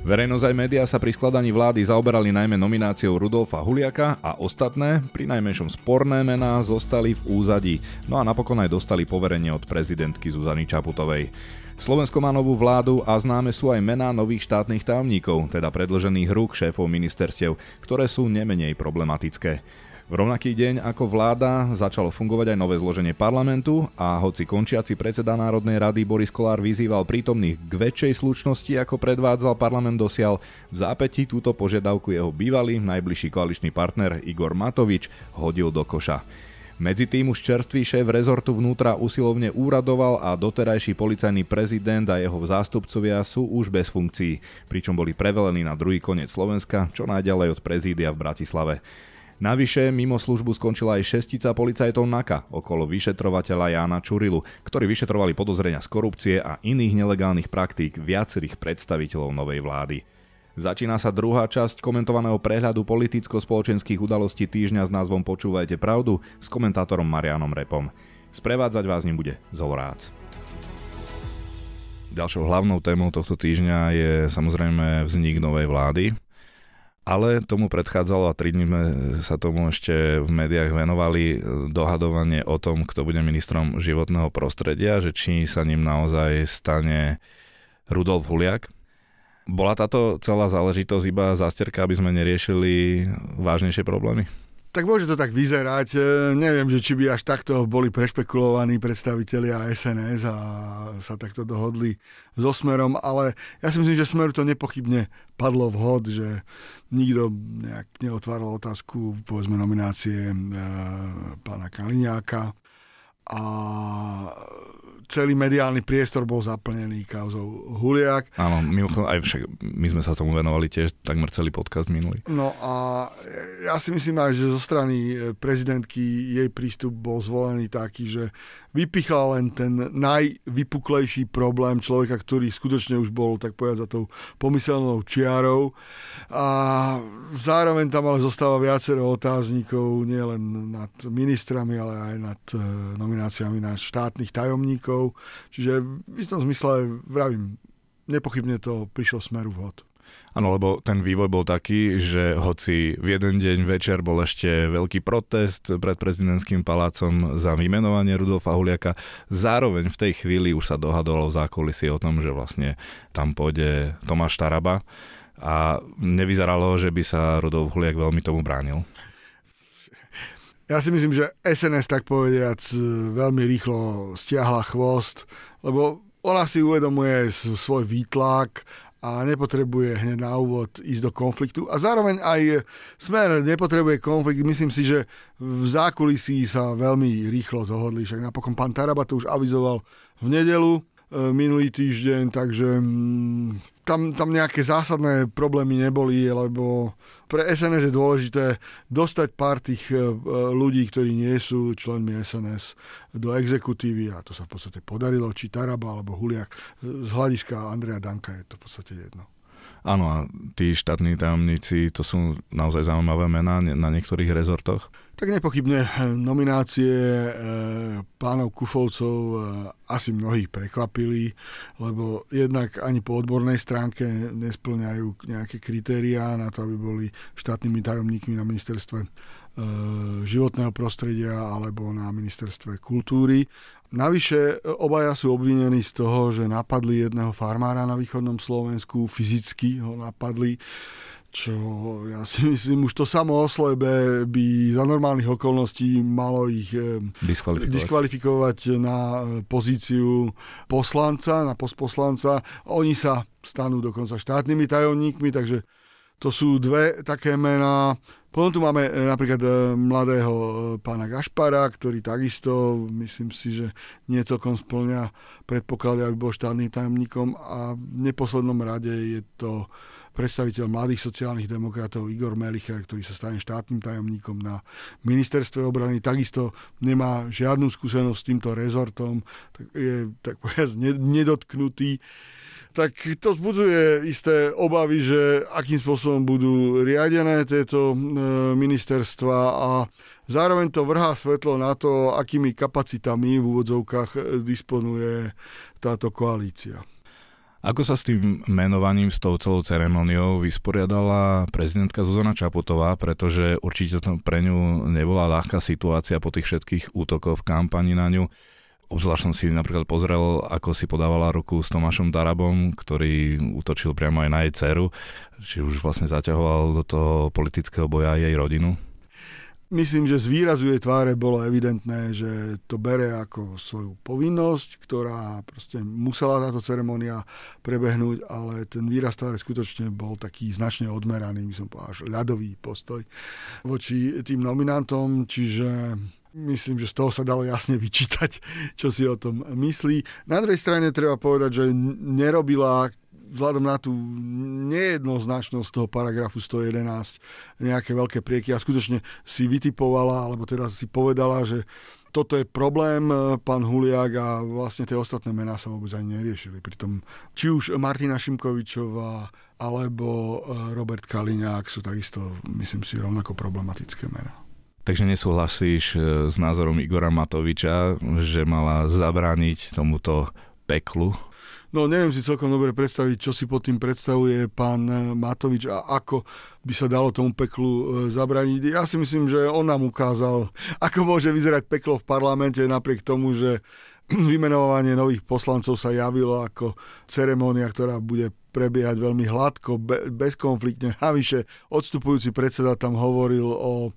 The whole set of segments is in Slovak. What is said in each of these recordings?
Verejnosť aj médiá sa pri skladaní vlády zaoberali najmä nomináciou Rudolfa Huliaka a ostatné, pri najmenšom sporné mená, zostali v úzadí. No a napokon aj dostali poverenie od prezidentky Zuzany Čaputovej. Slovensko má novú vládu a známe sú aj mená nových štátnych tajomníkov, teda predĺžených rúk šéfov ministerstiev, ktoré sú nemenej problematické. V rovnaký deň ako vláda začalo fungovať aj nové zloženie parlamentu a hoci končiaci predseda Národnej rady Boris Kollár vyzýval prítomných k väčšej slušnosti, ako predvádzal parlament dosiaľ, v zápätí túto požiadavku jeho bývalý najbližší koaličný partner Igor Matovič hodil do koša. Medzi tým už čerstvý šéf rezortu vnútra usilovne úradoval a doterajší policajný prezident a jeho zástupcovia sú už bez funkcií, pričom boli prevelení na druhý koniec Slovenska, čo najďalej od prezídia v Bratislave. Navyše, mimo službu skončila aj šestica policajtov NAKA okolo vyšetrovateľa Jána Čurilu, ktorí vyšetrovali podozrenia z korupcie a iných nelegálnych praktík viacerých predstaviteľov novej vlády. Začína sa druhá časť komentovaného prehľadu politicko-spoločenských udalostí týždňa s názvom Počúvajte pravdu s komentátorom Marianom Repom. Sprevádzať vás ním bude Zolorác. Ďalšou hlavnou témou tohto týždňa je samozrejme vznik novej vlády. Ale tomu predchádzalo a 3 dní sme sa tomu ešte v médiách venovali dohadovanie o tom, kto bude ministrom životného prostredia, že či sa ním naozaj stane Rudolf Huliak. Bola táto celá záležitosť iba zásterka, aby sme neriešili vážnejšie problémy? Tak môže to tak vyzerať. Neviem, že či by až takto boli prešpekulovaní predstavitelia SNS a sa takto dohodli so Smerom, ale ja si myslím, že Smeru to nepochybne padlo vhod, že nikto nejak neotváral otázku, povedzme, nominácie pána Kaliňáka a celý mediálny priestor bol zaplnený kauzou Huliak. Áno, mimochodom, aj však my sme sa tomu venovali tiež takmer celý podcast minulý. No a ja si myslím aj, že zo strany prezidentky jej prístup bol zvolený taký, že vypichla len ten najvypuklejší problém človeka, ktorý skutočne už bol, tak povedať, za tou pomyselnou čiarou. A zároveň tam ale zostáva viacero otáznikov, nielen nad ministrami, ale aj nad nomináciami na štátnych tajomníkov. Čiže v istom zmysle, vravím, nepochybne to prišlo Smeru vhod. Áno, lebo ten vývoj bol taký, že hoci v jeden deň večer bol ešte veľký protest pred prezidentským palácom za vymenovanie Rudolfa Huliaka, zároveň v tej chvíli už sa dohadovalo v zákulisí o tom, že vlastne tam pôjde Tomáš Taraba a nevyzeralo, že by sa Rudolf Huliak veľmi tomu bránil. Ja si myslím, že SNS, tak povediac, veľmi rýchlo stiahla chvost, lebo ona si uvedomuje svoj výtlak a nepotrebuje hneď na úvod ísť do konfliktu. A zároveň aj Smer nepotrebuje konflikt. Myslím si, že v zákulisí sa veľmi rýchlo dohodli. Však napokon pán Taraba to už avizoval v nedeľu minulý týždeň, takže tam nejaké zásadné problémy neboli, lebo pre SNS je dôležité dostať pár tých ľudí, ktorí nie sú členmi SNS, do exekutívy a to sa v podstate podarilo, či Taraba alebo Huliak. Z hľadiska Andreja Danka je to v podstate jedno. Áno, a tí štátni tajomníci, to sú naozaj zaujímavé mená na niektorých rezortoch? Tak nepochybne nominácie pánov Kufovcov asi mnohých prekvapili, lebo jednak ani po odbornej stránke nesplňajú nejaké kritériá na to, aby boli štátnymi tajomníkmi na ministerstve životného prostredia alebo na ministerstve kultúry. Navyše obaja sú obvinení z toho, že napadli jedného farmára na východnom Slovensku, fyzicky ho napadli, čo ja si myslím, už to samo o sebe by za normálnych okolností malo ich diskvalifikovať na pozíciu poslanca, na post poslanca. Oni sa stanú dokonca štátnymi tajomníkmi, takže to sú dve také mená. Potom tu máme napríklad mladého pána Gašpara, ktorý takisto, myslím si, že nie celkom spĺňa predpoklady, aby bol štátnym tajomníkom, a v neposlednom rade je to predstaviteľ mladých sociálnych demokratov Igor Melicher, ktorý sa stane štátnym tajomníkom na ministerstve obrany. Takisto nemá žiadnu skúsenosť s týmto rezortom, tak je tak povedať nedotknutý. Tak to vzbudzuje isté obavy, že akým spôsobom budú riadené tieto ministerstva, a zároveň to vrhá svetlo na to, akými kapacitami v úvodzovkách disponuje táto koalícia. Ako sa s tým menovaním, s tou celou ceremoniou vysporiadala prezidentka Zuzana Čaputová, pretože určite to pre ňu nebola ľahká situácia po tých všetkých útokoch v kampani na ňu. Obzvlášť som si napríklad pozrel, ako si podávala ruku s Tomášom Tarabom, ktorý útočil priamo aj na jej dceru, či už vlastne zaťahoval do toho politického boja aj jej rodinu. Myslím, že z výrazu jej tváre bolo evidentné, že to bere ako svoju povinnosť, ktorá proste musela táto ceremónia prebehnúť, ale ten výraz tváre skutočne bol taký značne odmeraný, by som povedal, až ľadový postoj voči tým nominantom, čiže myslím, že z toho sa dalo jasne vyčítať, čo si o tom myslí. Na druhej strane treba povedať, že nerobila vzhľadom na tú nejednoznačnosť toho paragrafu 111 nejaké veľké prieky a skutočne si vytipovala, alebo teda si povedala, že toto je problém, pán Huliak, a vlastne tie ostatné mená sa vôbec ani neriešili. Pritom či už Martina Šimkovičová alebo Robert Kaliňák sú takisto, myslím si, rovnako problematické mená. Takže nesúhlasíš s názorom Igora Matoviča, že mala zabrániť tomuto peklu? No neviem si celkom dobre predstaviť, čo si pod tým predstavuje pán Matovič a ako by sa dalo tomu peklu zabrániť. Ja si myslím, že on nám ukázal, ako môže vyzerať peklo v parlamente, napriek tomu, že vymenovanie nových poslancov sa javilo ako ceremónia, ktorá bude prebiehať veľmi hladko, bezkonfliktne. Navyše odstupujúci predseda tam hovoril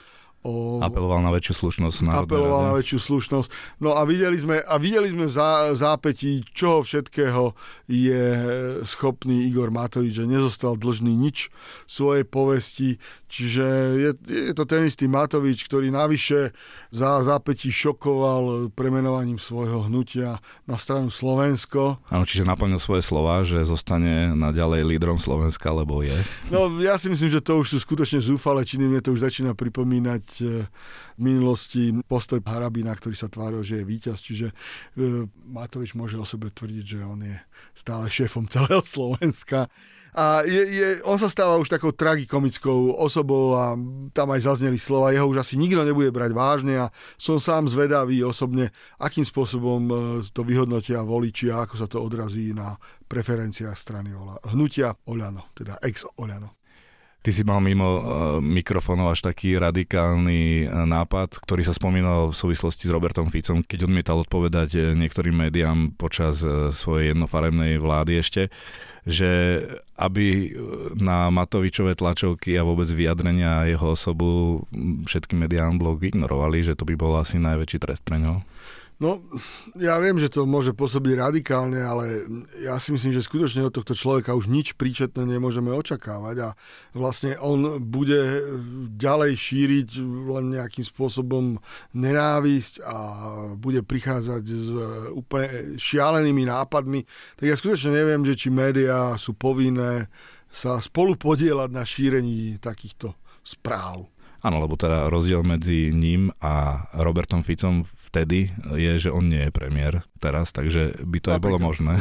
apeloval na väčšiu slušnosť. Apeloval na väčšiu slušnosť. No a videli sme v zápätí, čoho všetkého je schopný Igor Matovič, že nezostal dlžný nič svojej povesti. Čiže je to ten istý Matovič, ktorý navyše za zápätí šokoval premenovaním svojho hnutia na stranu Slovensko. Áno, čiže naplnil svoje slova, že zostane naďalej lídrom Slovenska, lebo je. No ja si myslím, že to už sú skutočne zúfale činy, mne to už začína pripomínať v minulosti postoj Harabina, ktorý sa tváril, že je víťaz, čiže Matovič môže o sebe tvrdiť, že on je stále šéfom celého Slovenska. A on sa stáva už takou tragikomickou osobou a tam aj zazneli slova, jeho už asi nikto nebude brať vážne a som sám zvedavý osobne, akým spôsobom to vyhodnotia voliči a ako sa to odrazí na preferenciách strany hnutia Oľano, teda ex-Oľano. Ty si mal mimo mikrofónov až taký radikálny nápad, ktorý sa spomínal v súvislosti s Robertom Ficom, keď odmietal odpovedať niektorým médiám počas svojej jednofarebnej vlády ešte, že aby na Matovičové tlačovky a vôbec vyjadrenia jeho osobu všetky mediálne blogy ignorovali, že to by bol asi najväčší trest pre ňoho. No, ja viem, že to môže pôsobiť radikálne, ale ja si myslím, že skutočne od tohto človeka už nič príčetné nemôžeme očakávať a vlastne on bude ďalej šíriť len nejakým spôsobom nenávisť a bude prichádzať s úplne šialenými nápadmi. Tak ja skutočne neviem, že či médiá sú povinné sa spolu podieľať na šírení takýchto správ. Áno, lebo teda rozdiel medzi ním a Robertom Ficom vtedy je, že on nie je premiér teraz, takže by to aj bolo možné.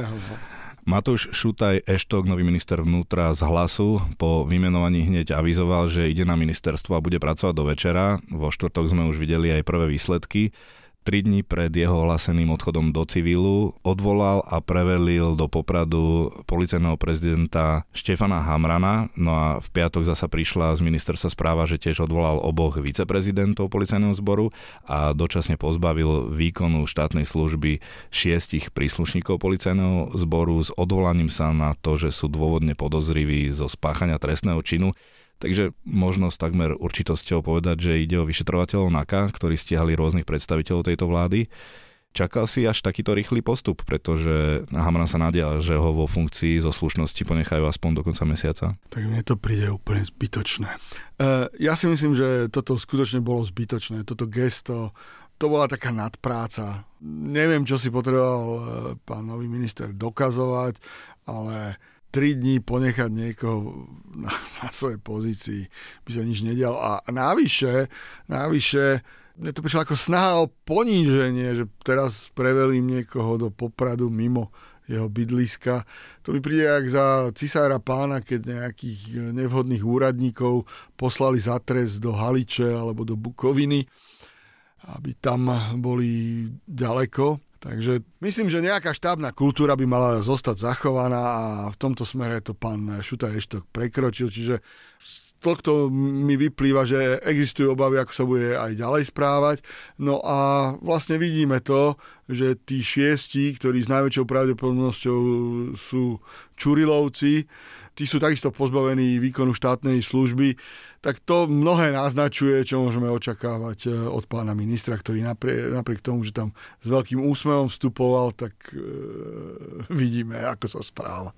Matúš Šutaj Eštok, nový minister vnútra z Hlasu, po vymenovaní hneď avizoval, že ide na ministerstvo a bude pracovať do večera. Vo štvrtok sme už videli aj prvé výsledky. 3 dní pred jeho ohláseným odchodom do civilu odvolal a prevelil do Popradu policajného prezidenta Štefana Hamrana. No a v piatok zasa prišla z ministerstva správa, že tiež odvolal oboch viceprezidentov policajného zboru a dočasne pozbavil výkonu štátnej služby 6 príslušníkov policajného zboru s odvolaním sa na to, že sú dôvodne podozriví zo spáchania trestného činu. Takže možno s takmer určitosťou povedať, že ide o vyšetrovateľov NAKA, ktorí stiahli rôznych predstaviteľov tejto vlády. Čakal si až takýto rýchly postup, pretože Hamran sa nadial, že ho vo funkcii zo slušnosti ponechajú aspoň do konca mesiaca? Tak mne to príde úplne zbytočné. Ja si myslím, že toto skutočne bolo zbytočné. Toto gesto, to bola taká nadpráca. Neviem, čo si potreboval pán nový minister dokazovať, ale 3 dní ponechať niekoho na svojej pozícii by sa nič nedialo. A navyše, mne to prišlo ako snaha o poníženie, že teraz prevelím niekoho do Popradu mimo jeho bydliska. To mi príde jak za cisára pána, keď nejakých nevhodných úradníkov poslali za trest do Haliče alebo do Bukoviny, aby tam boli ďaleko. Takže myslím, že nejaká štábna kultúra by mala zostať zachovaná a v tomto smere to pán Šutaj Eštok prekročil, čiže z tohto mi vyplýva, že existujú obavy, ako sa bude aj ďalej správať. No a vlastne vidíme to, že tí 6, ktorí s najväčšou pravdepodobnosťou sú Čurilovci, tí sú takisto pozbavení výkonu štátnej služby, tak to mnohé naznačuje, čo môžeme očakávať od pána ministra, ktorý napriek tomu, že tam s veľkým úsmevom vstupoval, tak vidíme, ako sa správa.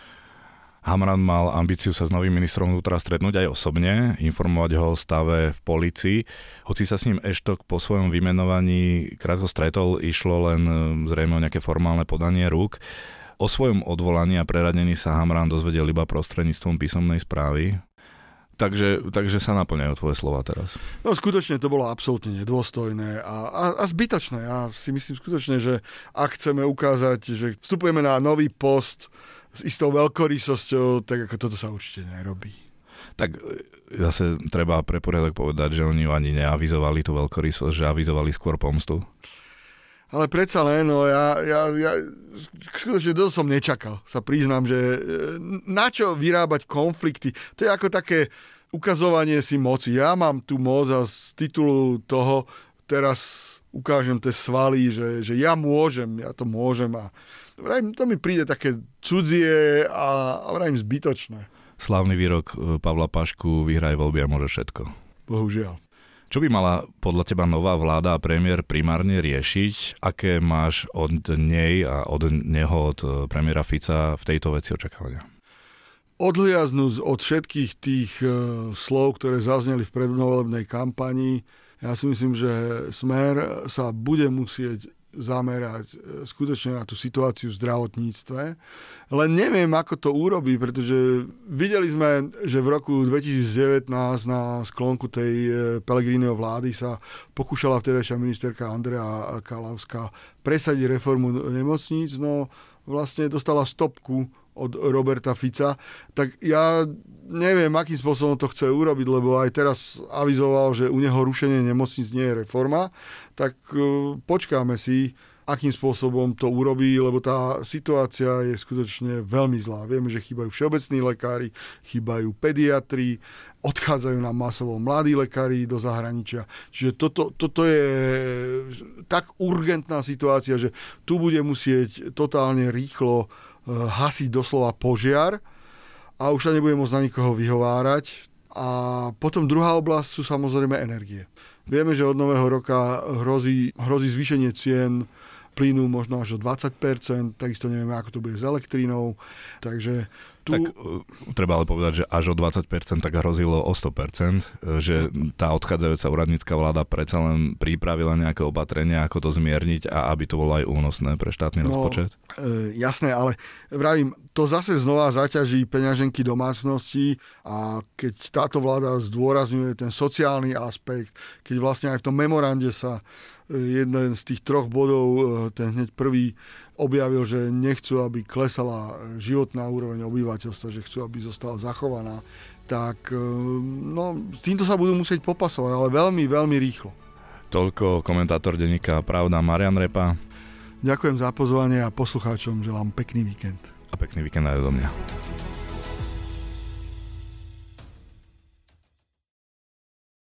Hamran mal ambíciu sa s novým ministrom vnútra stretnúť aj osobne, informovať ho o stave v polícii. Hoci sa s ním Eštok po svojom vymenovaní krátko stretol, išlo len zrejme o nejaké formálne podanie rúk. O svojom odvolaní a preradení sa Hamran dozvedel iba prostredníctvom písomnej správy. Takže sa naplňajú tvoje slova teraz. No skutočne to bolo absolútne nedôstojné a zbytočné. Ja si myslím skutočne, že ak chceme ukázať, že vstupujeme na nový post s istou veľkorysosťou, tak ako toto sa určite nerobí. Tak zase treba pre poriadok povedať, že oni ani neavizovali tú veľkorysosť, že avizovali skôr pomstu. Ale predsa len, no ja skutočne dosť som nečakal. Sa priznám, že na čo vyrábať konflikty? To je ako také ukazovanie si moci. Ja mám tu moc a z titulu toho teraz ukážem tie svaly, že ja to môžem a to mi príde také cudzie a vrajím zbytočné. Slávny výrok Pavla Pašku, vyhraj voľby a môže všetko. Bohužiaľ. Čo by mala podľa teba nová vláda a premiér primárne riešiť? Aké máš od nej a od neho, od premiéra Fica v tejto veci očakávania? Odhliaznúť od všetkých tých slov, ktoré zazneli v predvolebnej kampanii, ja si myslím, že Smer sa bude musieť zamerať skutočne na tú situáciu v zdravotníctve. Len neviem, ako to urobí, pretože videli sme, že v roku 2019 na sklonku tej Pellegriniho vlády sa pokúšala vtedajšia ministerka Andrea Kalavská presadiť reformu nemocníc, no vlastne dostala stopku od Roberta Fica, tak ja neviem, akým spôsobom to chce urobiť, lebo aj teraz avizoval, že u neho rušenie nemocníc nie je reforma, tak počkáme si, akým spôsobom to urobí, lebo tá situácia je skutočne veľmi zlá. Vieme, že chýbajú všeobecní lekári, chýbajú pediatri, odchádzajú nám masovo mladí lekári do zahraničia. Čiže toto je tak urgentná situácia, že tu bude musieť totálne rýchlo hasiť doslova požiar a už sa nebude môcť na nikoho vyhovárať. A potom druhá oblasť sú samozrejme energie. Vieme, že od nového roka hrozí zvýšenie cien plynu možno až o 20%, takisto nevieme, ako to bude s elektrínou. Takže tu... Tak treba ale povedať, že až o 20% tak hrozilo o 100%, že tá odchádzajúca úradnícka vláda predsa len pripravila nejaké opatrenia, ako to zmierniť a aby to bolo aj únosné pre štátny rozpočet. Jasné, ale vravím, to zase znova zaťaží peňaženky domácností a keď táto vláda zdôrazňuje ten sociálny aspekt, keď vlastne aj v tom memorande sa jeden z tých 3 bodov, ten hneď prvý, objavil, že nechcú, aby klesala životná úroveň obyvateľstva, že chcú, aby zostala zachovaná, tak s týmto sa budú musieť popasovať, ale veľmi, veľmi rýchlo. Toľko komentátor denníka Pravda Marian Repa. Ďakujem za pozvanie a poslucháčom želám pekný víkend. A pekný víkend aj do mňa.